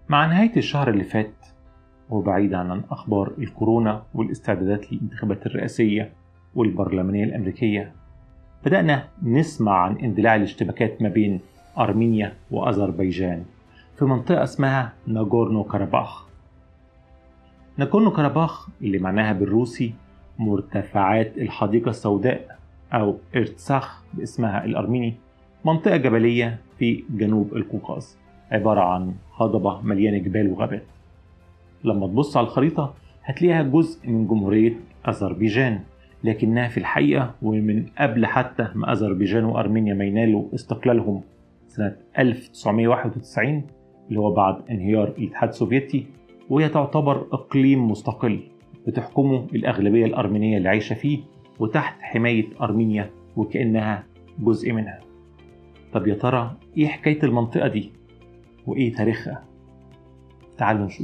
مع نهاية الشهر اللي فات، وبعيد عن أخبار الكورونا والاستعدادات للانتخابات الرئاسية والبرلمانية الأمريكية، بدأنا نسمع عن اندلاع الاشتباكات ما بين أرمينيا وأذربيجان في منطقة اسمها ناغورنو كاراباخ. ناغورنو كاراباخ اللي معناها بالروسي مرتفعات الحديقة السوداء أو إرتساخ باسمها الأرميني، منطقة جبلية في جنوب القوقاز، عبارة عن هضبة مليانة جبال وغابات. لما تبص على الخريطة هتلاقيها جزء من جمهورية أذربيجان، لكنها في الحقيقة ومن قبل حتى ما أذربيجان وأرمينيا ما ينالوا استقلالهم سنة 1991 اللي هو بعد انهيار الاتحاد السوفيتي، وهي تعتبر إقليم مستقل بتحكمه الأغلبية الأرمينية اللي عايشة فيه وتحت حماية أرمينيا وكأنها جزء منها. طب يا ترى إيه حكاية المنطقة دي وإيه تاريخها؟ تعالوا نشوف.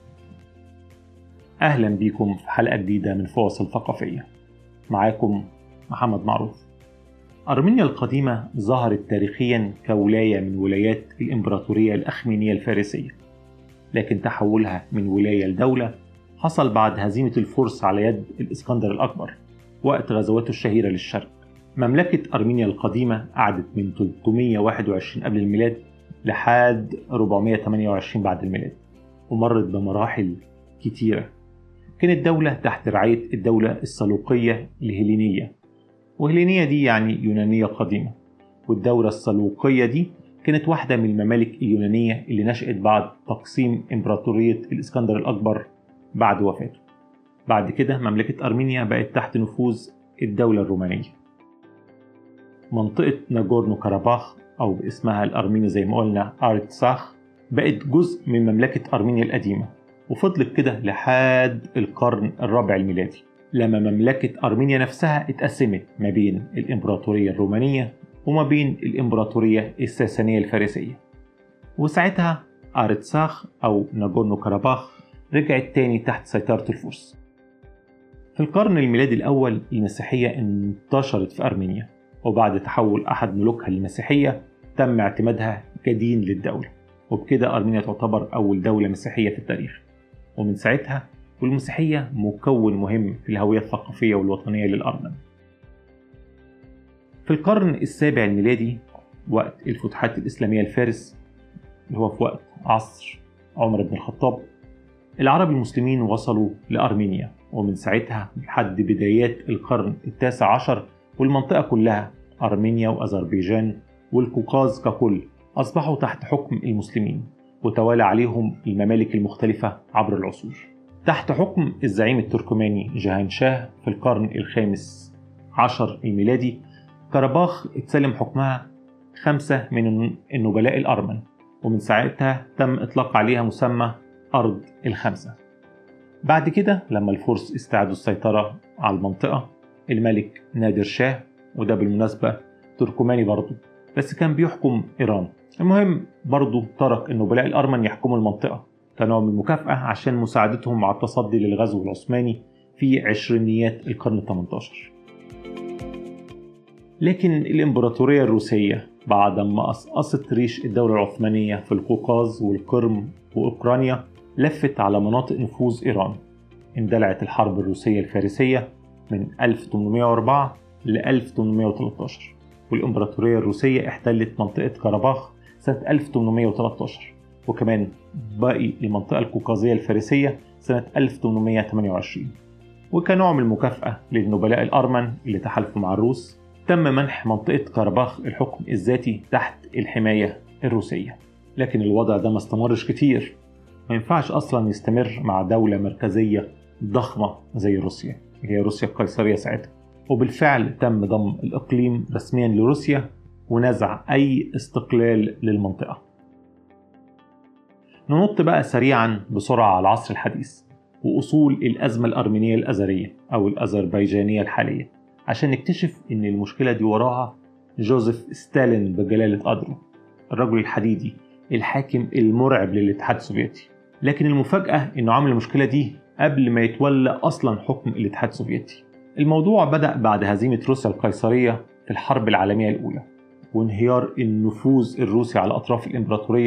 أهلا بيكم في حلقة جديدة من فواصل ثقافية، معاكم محمد معروف. أرمينيا القديمة ظهرت تاريخيا كولاية من ولايات الإمبراطورية الأخمينية الفارسية، لكن تحولها من ولاية لدولة حصل بعد هزيمة الفرس على يد الإسكندر الأكبر وقت غزواته الشهيرة للشرق. مملكة أرمينيا القديمة قعدت من 321 قبل الميلاد لحد 428 بعد الميلاد، ومرت بمراحل كتيرة. كانت دولة تحت رعاية الدولة السلوقية الهيلينية، وهيلينية دي يعني يونانية قديمة، والدولة السلوقية دي كانت واحدة من الممالك اليونانية اللي نشأت بعد تقسيم إمبراطورية الإسكندر الأكبر بعد وفاته. بعد كده مملكة أرمينيا بقت تحت نفوذ الدولة الرومانية. منطقة ناغورنو كاراباخ أو باسمها الأرميني زي ما قلنا أرتساخ بقت جزء من مملكة أرمينيا القديمة، وفضلت كده لحد القرن الرابع الميلادي لما مملكة أرمينيا نفسها اتقسمت ما بين الإمبراطورية الرومانية وما بين الإمبراطورية الساسانية الفارسية، وساعتها أرتساخ أو ناغورنو كاراباخ رجعت تاني تحت سيطرة الفرس. في القرن الميلادي الأول المسيحية انتشرت في أرمينيا، وبعد تحول أحد ملوكها للمسيحية تم اعتمادها كدين للدولة، وبكده أرمينيا تعتبر أول دولة مسيحية في التاريخ. ومن ساعتها والمسيحية مكون مهم في الهوية الثقافية والوطنية للأرمن. في القرن السابع الميلادي وقت الفتوحات الإسلامية لفارس اللي هو في وقت عصر عمر بن الخطاب، العرب المسلمين وصلوا لأرمينيا، ومن ساعتها لحد بدايات القرن التاسع عشر والمنطقة كلها أرمينيا وأذربيجان والقوقاز ككل أصبحوا تحت حكم المسلمين، وتوالى عليهم الممالك المختلفة عبر العصور. تحت حكم الزعيم التركماني جهان شاه في القرن الخامس عشر الميلادي، كاراباخ اتسلم حكمها 5 من النبلاء الأرمن، ومن ساعتها تم إطلاق عليها مسمى أرض الخمسة. بعد كده لما الفرس استعادوا السيطرة على المنطقة، الملك نادر شاه، وده بالمناسبة تركماني برضه بس كان بيحكم إيران، المهم برضه ترك النبلاء الأرمن يحكموا المنطقة كنوع من المكافأة عشان مساعدتهم على التصدي للغزو العثماني في عشرينيات القرن الثمنتاشر. لكن الإمبراطورية الروسية بعد ما قصقصت ريش الدولة العثمانية في القوقاز والقرم وأوكرانيا لفت على مناطق نفوذ إيران. اندلعت الحرب الروسية الفارسية من 1804 ل 1813، والإمبراطورية الروسية احتلت منطقة كاراباخ سنة 1813، وكمان باقي المنطقة القوقازية الفارسية سنة 1828. وكنوع من المكافأة للنبلاء الأرمن اللي تحالفوا مع الروس تم منح منطقة كاراباخ الحكم الذاتي تحت الحماية الروسية. لكن الوضع ده ما استمرش كتير، ما ينفعش أصلا يستمر مع دولة مركزية ضخمة زي روسيا، هي روسيا القيصرية ساعتها. وبالفعل تم ضم الإقليم رسميا لروسيا ونزع أي استقلال للمنطقة. ننط بقى سريعا بسرعة على العصر الحديث وأصول الأزمة الأرمينية الأزرية أو الأذربيجانية الحالية، عشان نكتشف إن المشكلة دي وراها جوزيف ستالين بجلالة قدره، الرجل الحديدي الحاكم المرعب للاتحاد السوفيتي. لكن المفاجأة إنه عمل المشكلة دي قبل ما يتولى أصلا حكم الاتحاد السوفيتي. الموضوع بدأ بعد هزيمة روسيا القيصرية في الحرب العالمية الأولى، وانهيار النفوذ الروسي على أطراف الإمبراطورية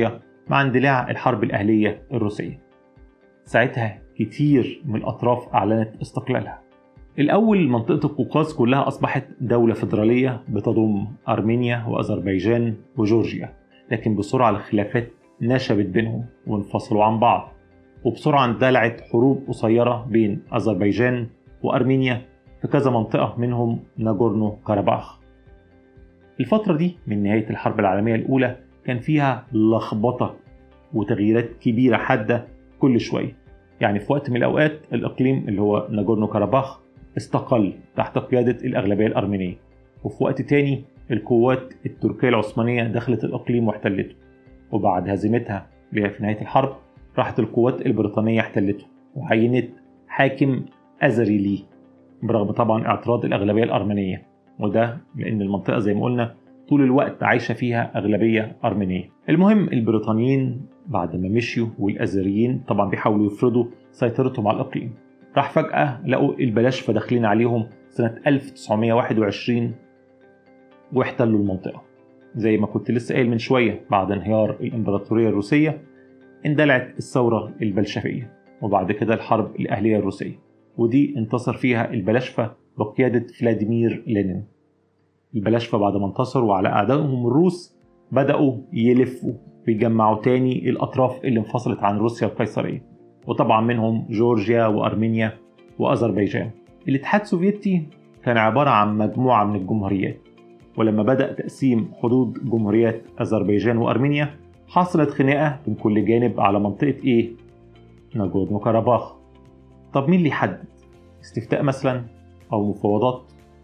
مع اندلاع الحرب الأهلية الروسية. ساعتها كتير من الأطراف أعلنت استقلالها. الأول منطقة القوقاز كلها أصبحت دولة فيدرالية بتضم أرمينيا وأذربيجان وجورجيا، لكن بسرعة الخلافات نشبت بينهم وانفصلوا عن بعض، وبسرعة اندلعت حروب قصيرة بين أذربيجان وأرمينيا في كذا منطقة منهم ناغورنو كاراباخ. الفترة دي من نهاية الحرب العالمية الأولى كان فيها لخبطة وتغييرات كبيرة حادة كل شوية. يعني في وقت من الأوقات الإقليم اللي هو ناغورنو كاراباخ استقل تحت قيادة الأغلبية الأرمينية، وفي وقت تاني القوات التركية العثمانية دخلت الإقليم واحتلته، وبعد هزيمتها في نهاية الحرب راحت القوات البريطانية احتلته وعينت حاكم أزري ليه، برغم طبعا اعتراض الأغلبية الأرمينية، وده لأن المنطقة زي ما قلنا طول الوقت عايشة فيها أغلبية أرمينية. المهم البريطانيين بعد ما مشيوا والأزريين طبعا بيحاولوا يفرضوا سيطرتهم على الإقليم، راح فجأة لقوا البلاشفة داخلين عليهم سنة 1921 واحتلوا المنطقة. زي ما كنت لسه قايل من شوية، بعد انهيار الإمبراطورية الروسية اندلعت الثورة البلشفية، وبعد كده الحرب الأهلية الروسية، ودي انتصر فيها البلاشفة بقيادة فلاديمير لينين. البلاشفة بعد ما انتصروا على أعدائهم الروس بدأوا يلفوا ويجمعوا تاني الأطراف اللي انفصلت عن روسيا القيصرية، وطبعا منهم جورجيا وأرمينيا وأذربيجان. الاتحاد السوفيتي كان عبارة عن مجموعة من الجمهوريات، ولما بدأ تقسيم حدود جمهوريات أذربيجان وأرمينيا حصلت خناقة من كل جانب على منطقة ناغورنو كاراباخ. طب مين اللي يحدد؟ استفتاء مثلا أو مفاوضات؟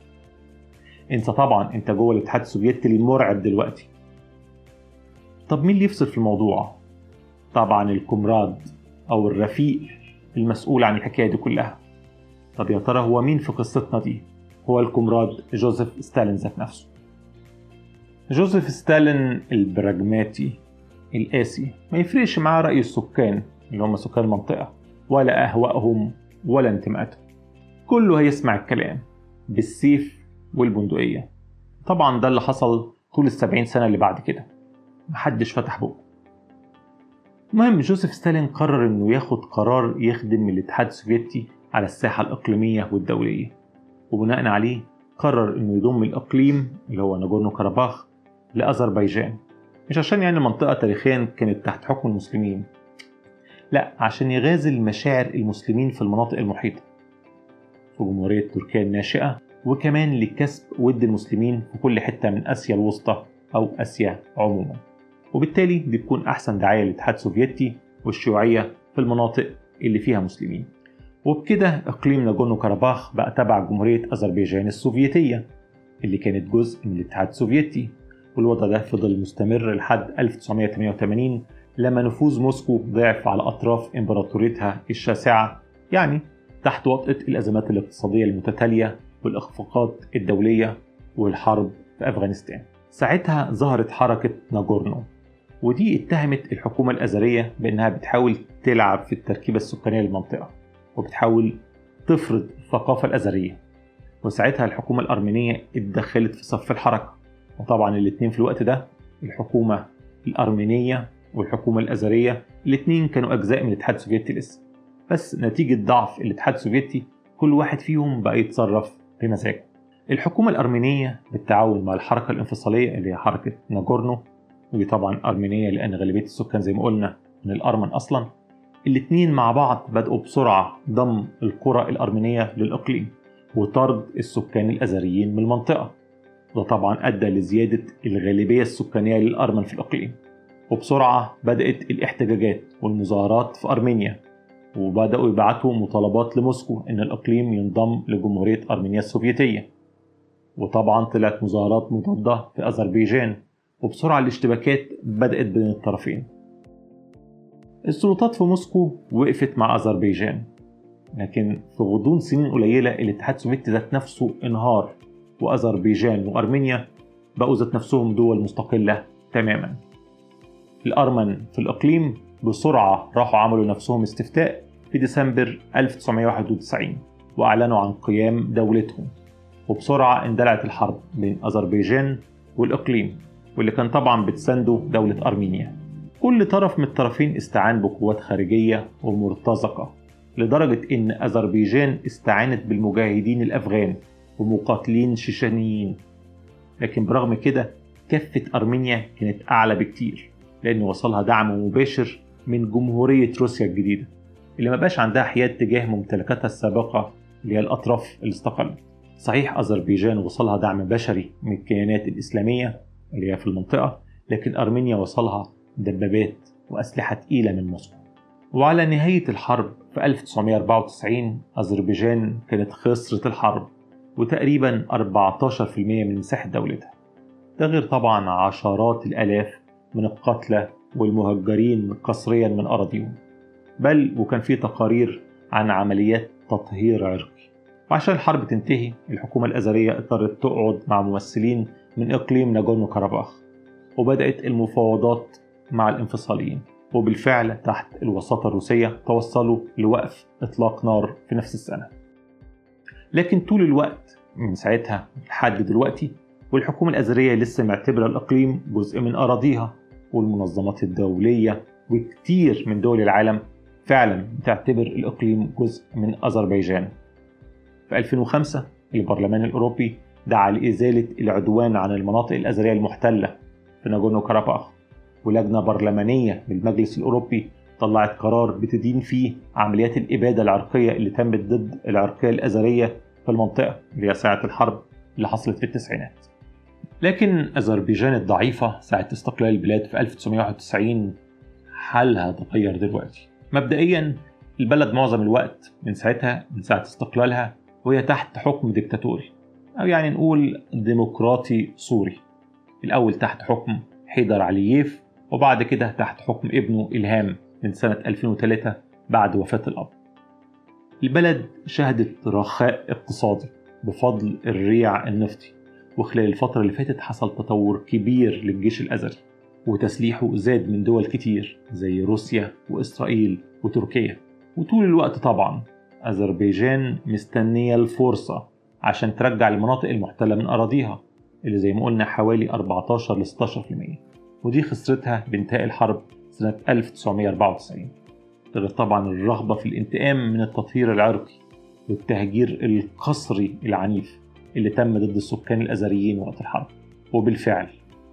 انسى طبعا، انت جوه الاتحاد السوفيتي المرعب دلوقتي. طب مين اللي يفصل في الموضوع؟ طبعا الكومراد أو الرفيق المسؤول عن الحكاية دي كلها. طب يا ترى هو مين في قصتنا دي؟ هو الكومراد جوزيف ستالين ذات نفسه. جوزيف ستالين البراجماتي القاسي ما يفرقش معاه رأي السكان اللي هم سكان المنطقة ولا أهوائهم ولا انتماءاتهم، كله هيسمع الكلام بالسيف والبندقية. طبعا ده اللي حصل طول ال70 سنة اللي بعد كده، محدش فتح بقه. المهم جوزيف ستالين قرر انه ياخد قرار يخدم الاتحاد السوفيتي على الساحة الإقليمية والدولية، وبناء عليه قرر انه يضم الإقليم اللي هو ناغورنو كاراباخ لأذربيجان، مش عشان يعني المنطقة تاريخيا كانت تحت حكم المسلمين، لا، عشان يغازل مشاعر المسلمين في المناطق المحيطة في جمهورية تركيا الناشئة، وكمان لكسب ود المسلمين في كل حتة من آسيا الوسطى أو آسيا عموما، وبالتالي بتكون أحسن دعاية للاتحاد السوفيتي والشيوعية في المناطق اللي فيها مسلمين. وبكده إقليم ناغورنو كاراباخ بقى تبع جمهورية أذربيجان السوفيتية اللي كانت جزء من الاتحاد السوفيتي، والوضع ده فضل مستمر لحد 1988 لما نفوذ موسكو ضعف على أطراف إمبراطوريتها الشاسعة، يعني تحت وطأة الأزمات الاقتصادية المتتالية والإخفاقات الدولية والحرب في أفغانستان. ساعتها ظهرت حركة ناغورنو، ودي اتهمت الحكومة الأزرية بأنها بتحاول تلعب في التركيبة السكانية للمنطقة وبتحاول تفرض الثقافة الأزرية، وساعتها الحكومة الأرمينية اتدخلت في صف الحركة. وطبعا الاتنين في الوقت ده الحكومة الأرمينية والحكومة الأزرية الاتنين كانوا أجزاء من الاتحاد السوفيتي لسه، بس نتيجة ضعف الاتحاد السوفيتي كل واحد فيهم بقى يتصرف بمزاجه. الحكومة الأرمينية بالتعاون مع الحركة الانفصالية اللي هي حركة ناغورنو، ودي طبعا أرمينية لأن غالبية السكان زي ما قلنا من الأرمن أصلا، الاتنين مع بعض بدأوا بسرعة ضم القرى الأرمينية للإقليم وطرد السكان الأزريين من المنطقة. ده طبعا أدى لزيادة الغالبية السكانية للأرمن في الإقليم، وبسرعة بدأت الاحتجاجات والمظاهرات في أرمينيا، وبدأوا يبعتوا مطالبات لموسكو إن الإقليم ينضم لجمهورية أرمينيا السوفيتية، وطبعا طلعت مظاهرات مضادة في أذربيجان، وبسرعة الاشتباكات بدأت بين الطرفين. السلطات في موسكو وقفت مع أذربيجان، لكن في غضون سنين قليلة الاتحاد السوفيتي ذات نفسه انهار، وأذربيجان وأرمينيا بقوا ذات نفسهم دول مستقلة تماما. الأرمن في الإقليم بسرعة راحوا عملوا نفسهم استفتاء في ديسمبر 1991 وأعلنوا عن قيام دولتهم، وبسرعة اندلعت الحرب بين أذربيجان والإقليم، واللي كان طبعا بتسنده دولة أرمينيا. كل طرف من الطرفين استعان بقوات خارجية ومرتزقة، لدرجة إن أذربيجان استعانت بالمجاهدين الأفغان ومقاتلين شيشانيين. لكن برغم كده كفة أرمينيا كانت أعلى بكتير، لأن وصلها دعم مباشر من جمهورية روسيا الجديدة اللي ما بقاش عندها حياد تجاه ممتلكاتها السابقة اللي هي الأطراف اللي استقلت. صحيح أذربيجان وصلها دعم بشري من الكيانات الإسلامية اللي هي في المنطقة، لكن أرمينيا وصلها دبابات وأسلحة تقيلة من موسكو. وعلى نهاية الحرب في 1994 أذربيجان كانت خسرت الحرب وتقريبا 14% من مساحة دولتها. ده غير طبعا عشرات الآلاف من القتلى والمهجرين قسريا من أراضيهم، بل وكان في تقارير عن عمليات تطهير عرقي. وعشان الحرب تنتهي الحكومة الأزرية اضطرت تقعد مع ممثلين من إقليم ناغورنو كاراباخ، وبدأت المفاوضات مع الانفصاليين، وبالفعل تحت الوساطة الروسية توصلوا لوقف إطلاق نار في نفس السنة. لكن طول الوقت من ساعتها لحد دلوقتي والحكومة الأزرية لسه معتبرة الإقليم جزء من أراضيها، والمنظمات الدولية وكتير من دول العالم فعلا بتعتبر الإقليم جزء من أذربيجان. في 2005 البرلمان الأوروبي دعا لإزالة العدوان عن المناطق الأزرية المحتلة في ناغورنو كاراباخ، ولجنة برلمانية للمجلس الأوروبي طلعت قرار بتدين فيه عمليات الإبادة العرقية اللي تمت ضد العرقية الأزرية في المنطقة اللي هي ساعة الحرب اللي حصلت في التسعينات. لكن أذربيجان الضعيفة ساعة استقلال البلاد في 1991 حالها تغير دلوقتي. مبدئيا البلد معظم الوقت من ساعة استقلالها وهي تحت حكم ديكتاتوري، أو يعني نقول ديمقراطي سوري. الأول تحت حكم حيدر علييف، وبعد كده تحت حكم ابنه إلهام من سنة 2003 بعد وفاة الأب. البلد شهدت رخاء اقتصادي بفضل الريع النفطي، وخلال الفترة اللي فاتت حصل تطور كبير للجيش الأزري، وتسليحه زاد من دول كتير زي روسيا وإسرائيل وتركيا. وطول الوقت طبعا أذربيجان مستنية الفرصة عشان ترجع المناطق المحتلة من أراضيها اللي زي ما قلنا حوالي 14 ل 16%، ودي خسرتها بانتهاء الحرب سنة 1994. غير طبعا الرغبة في الانتقام من التطهير العرقي والتهجير القسري العنيف اللي تم ضد السكان الأزريين وقت الحرب. وبالفعل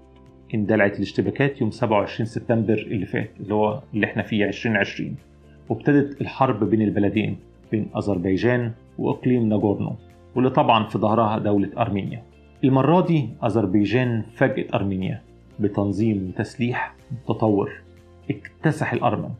اندلعت الاشتباكات يوم 27 سبتمبر اللي فات اللي احنا فيه 2020، وابتدت الحرب بين البلدين، بين أذربيجان وإقليم ناغورنو، واللي طبعا في ظهرها دولة أرمينيا. المرة دي أذربيجان فاجأت أرمينيا بتنظيم وتسليح متطور اكتسح الأرمن.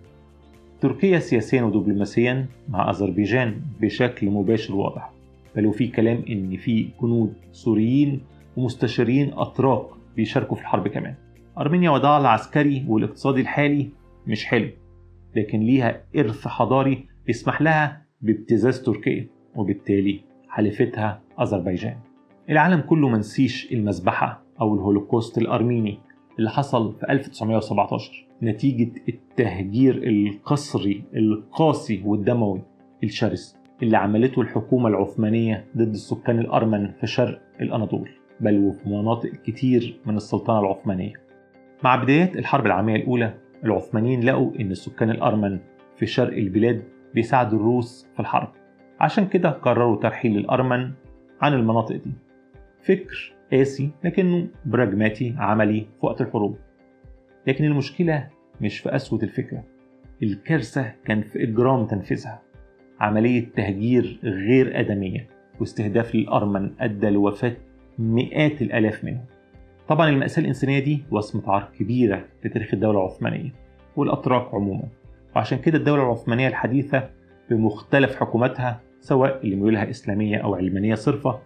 تركيا سياسيا ودبلوماسيا مع أذربيجان بشكل مباشر واضح، بل وفي كلام إن في جنود سوريين ومستشارين أتراك بيشاركوا في الحرب كمان. أرمينيا وضعها العسكري والاقتصادي الحالي مش حلو، لكن ليها إرث حضاري يسمح لها بابتزاز تركيا وبالتالي حليفتها أذربيجان. العالم كله منسيش المذبحة أو الهولوكوست الأرميني اللي حصل في 1917 نتيجة التهجير القسري القاسي والدموي الشرس اللي عملته الحكومة العثمانية ضد السكان الأرمن في شرق الأناضول، بل وفي مناطق كتير من السلطنة العثمانية. مع بدايات الحرب العالمية الأولى العثمانيين لقوا إن السكان الأرمن في شرق البلاد بيساعدوا الروس في الحرب، عشان كده قرروا ترحيل الأرمن عن المناطق دي. فكر قاسي لكنه براجماتي عملي في وقت الحروب. لكن المشكلة مش في قسوة الفكرة، الكارثة كان في إجرام تنفيذها. عملية تهجير غير آدمية واستهداف للأرمن أدى لوفاة مئات الآلاف منهم. طبعا المأساة الإنسانية دي وصمة عار كبيرة في تاريخ الدولة العثمانية والأتراك عموما، وعشان كده الدولة العثمانية الحديثة بمختلف حكوماتها سواء اللي ميولها إسلامية أو علمانية صرفة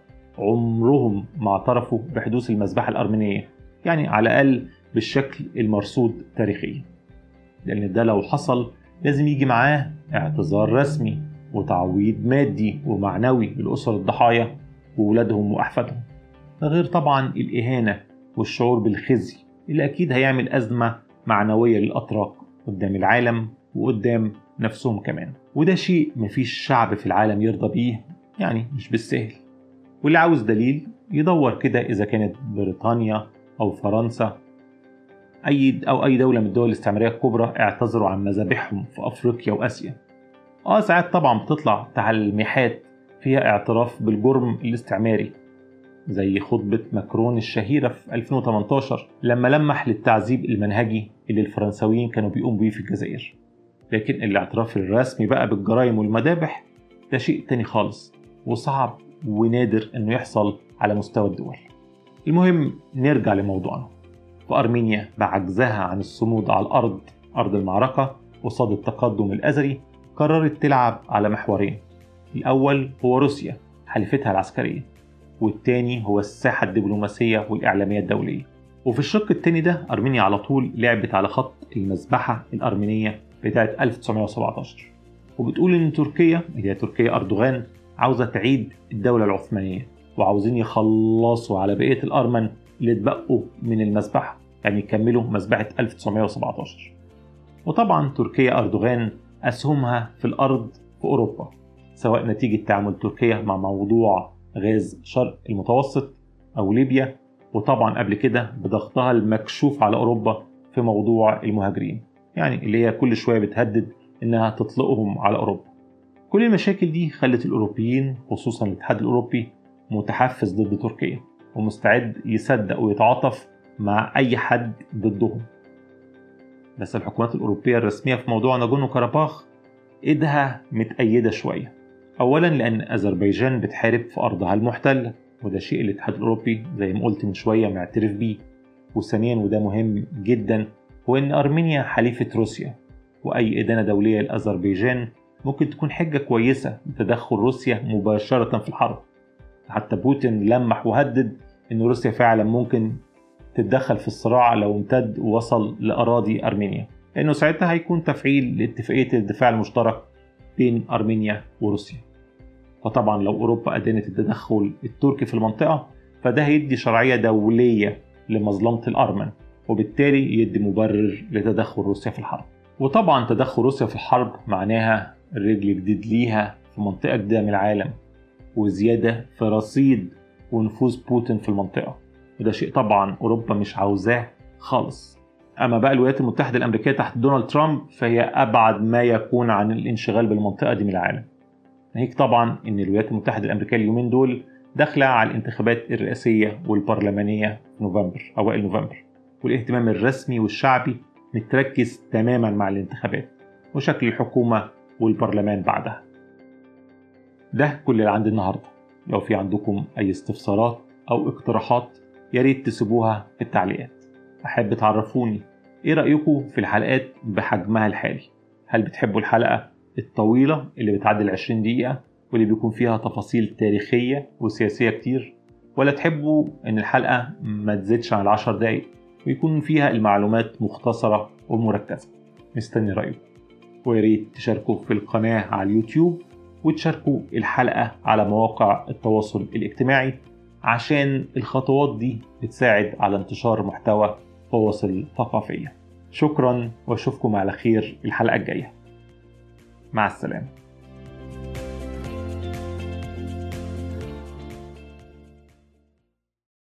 عمرهم ما اعترفوا بحدوث المذبحة الأرمينية، يعني على الأقل بالشكل المرصود تاريخيا، لأن ده لو حصل لازم يجي معاه اعتذار رسمي وتعويض مادي ومعنوي للأسر الضحايا وولادهم وأحفادهم. ده غير طبعا الإهانة والشعور بالخزي اللي أكيد هيعمل أزمة معنوية للأتراك قدام العالم وقدام نفسهم كمان، وده شيء مفيش شعب في العالم يرضى بيه، يعني مش بالسهل. واللي عاوز دليل يدور كده إذا كانت بريطانيا أو فرنسا أي دولة من الدول الاستعمارية الكبرى اعتذروا عن مذابحهم في أفريقيا وآسيا. ساعات طبعا بتطلع تلميحات فيها اعتراف بالجرم الاستعماري، زي خطبة ماكرون الشهيرة في 2018 لما لمح للتعذيب المنهجي اللي الفرنساويين كانوا بيقوموا بيه في الجزائر. لكن الاعتراف الرسمي بقى بالجرائم والمذابح ده شيء تاني خالص، وصعب ونادر انه يحصل على مستوى الدول. المهم نرجع لموضوعنا. فأرمينيا بعجزها عن الصمود على أرض المعركة قصاد التقدم الأزري قررت تلعب على محورين. الأول هو روسيا حليفتها العسكرية، والتاني هو الساحة الدبلوماسية والإعلامية الدولية. وفي الشق التاني ده أرمينيا على طول لعبت على خط المذبحة الأرمينية بتاعة 1917، وبتقول إن تركيا أردوغان عاوزة تعيد الدولة العثمانية، وعاوزين يخلصوا على بقية الأرمن اللي اتبقوا من المذبحة، يعني يكملوا مذبحة 1917. وطبعا تركيا أردوغان أسهمها في الأرض في أوروبا، سواء نتيجة تعامل تركيا مع موضوع غاز شرق المتوسط أو ليبيا، وطبعا قبل كده بضغطها المكشوف على أوروبا في موضوع المهاجرين، يعني اللي هي كل شوية بتهدد إنها تطلقهم على أوروبا. كل المشاكل دي خلت الأوروبيين خصوصا الاتحاد الأوروبي متحفز ضد تركيا، ومستعد يصدق ويتعاطف مع أي حد ضدهم. بس الحكومات الأوروبية الرسمية في موضوع ناغورنو كاراباخ إيدها متأيدة شوية. أولا لأن أذربيجان بتحارب في أرضها المحتلة، وده شيء الاتحاد الأوروبي زي ما قلت من شوية معترف بيه. وثانيا وده مهم جدا، هو أن أرمينيا حليفة روسيا، وأي إدانة دولية لأذربيجان ممكن تكون حجة كويسة لتدخل روسيا مباشرة في الحرب. حتى بوتين لمح وهدد أن روسيا فعلا ممكن تتدخل في الصراع لو امتد ووصل لأراضي أرمينيا، لأنه ساعتها هيكون تفعيل لاتفاقية الدفاع المشترك بين أرمينيا وروسيا. فطبعا لو أوروبا أدانت التدخل التركي في المنطقة، فده هيدي شرعية دولية لمظلمة الأرمن، وبالتالي يدي مبرر لتدخل روسيا في الحرب. وطبعا تدخل روسيا في الحرب معناها رجل جديد ليها في منطقة جديدة من العالم، وزيادة في رصيد ونفوذ بوتين في المنطقة، وده شيء طبعا أوروبا مش عاوزاه خالص. أما بقى الولايات المتحدة الأمريكية تحت دونالد ترامب فهي أبعد ما يكون عن الانشغال بالمنطقة دي من العالم. ناهيك طبعا إن الولايات المتحدة الأمريكية اليومين دول داخلة على الانتخابات الرئاسية والبرلمانية في أوائل نوفمبر، والاهتمام الرسمي والشعبي متركز تماما مع الانتخابات وشكل الحكومة والبرلمان بعدها. ده كل اللي عندي النهاردة. لو في عندكم أي استفسارات أو اقتراحات ياريت تسيبوها في التعليقات. أحب تعرفوني إيه رأيكم في الحلقات بحجمها الحالي. هل بتحبوا الحلقة الطويلة اللي بتعدي 20 دقيقة واللي بيكون فيها تفاصيل تاريخية وسياسية كتير، ولا تحبوا إن الحلقة ما تزيدش عن 10 دقايق ويكون فيها المعلومات مختصرة ومركزة؟ مستني رأيكم، وياريت تشاركوا في القناة على اليوتيوب وتشاركوا الحلقة على مواقع التواصل الاجتماعي، عشان الخطوات دي بتساعد على انتشار محتوى فواصل ثقافية. شكرا، واشوفكم على خير الحلقة الجاية. مع السلامة.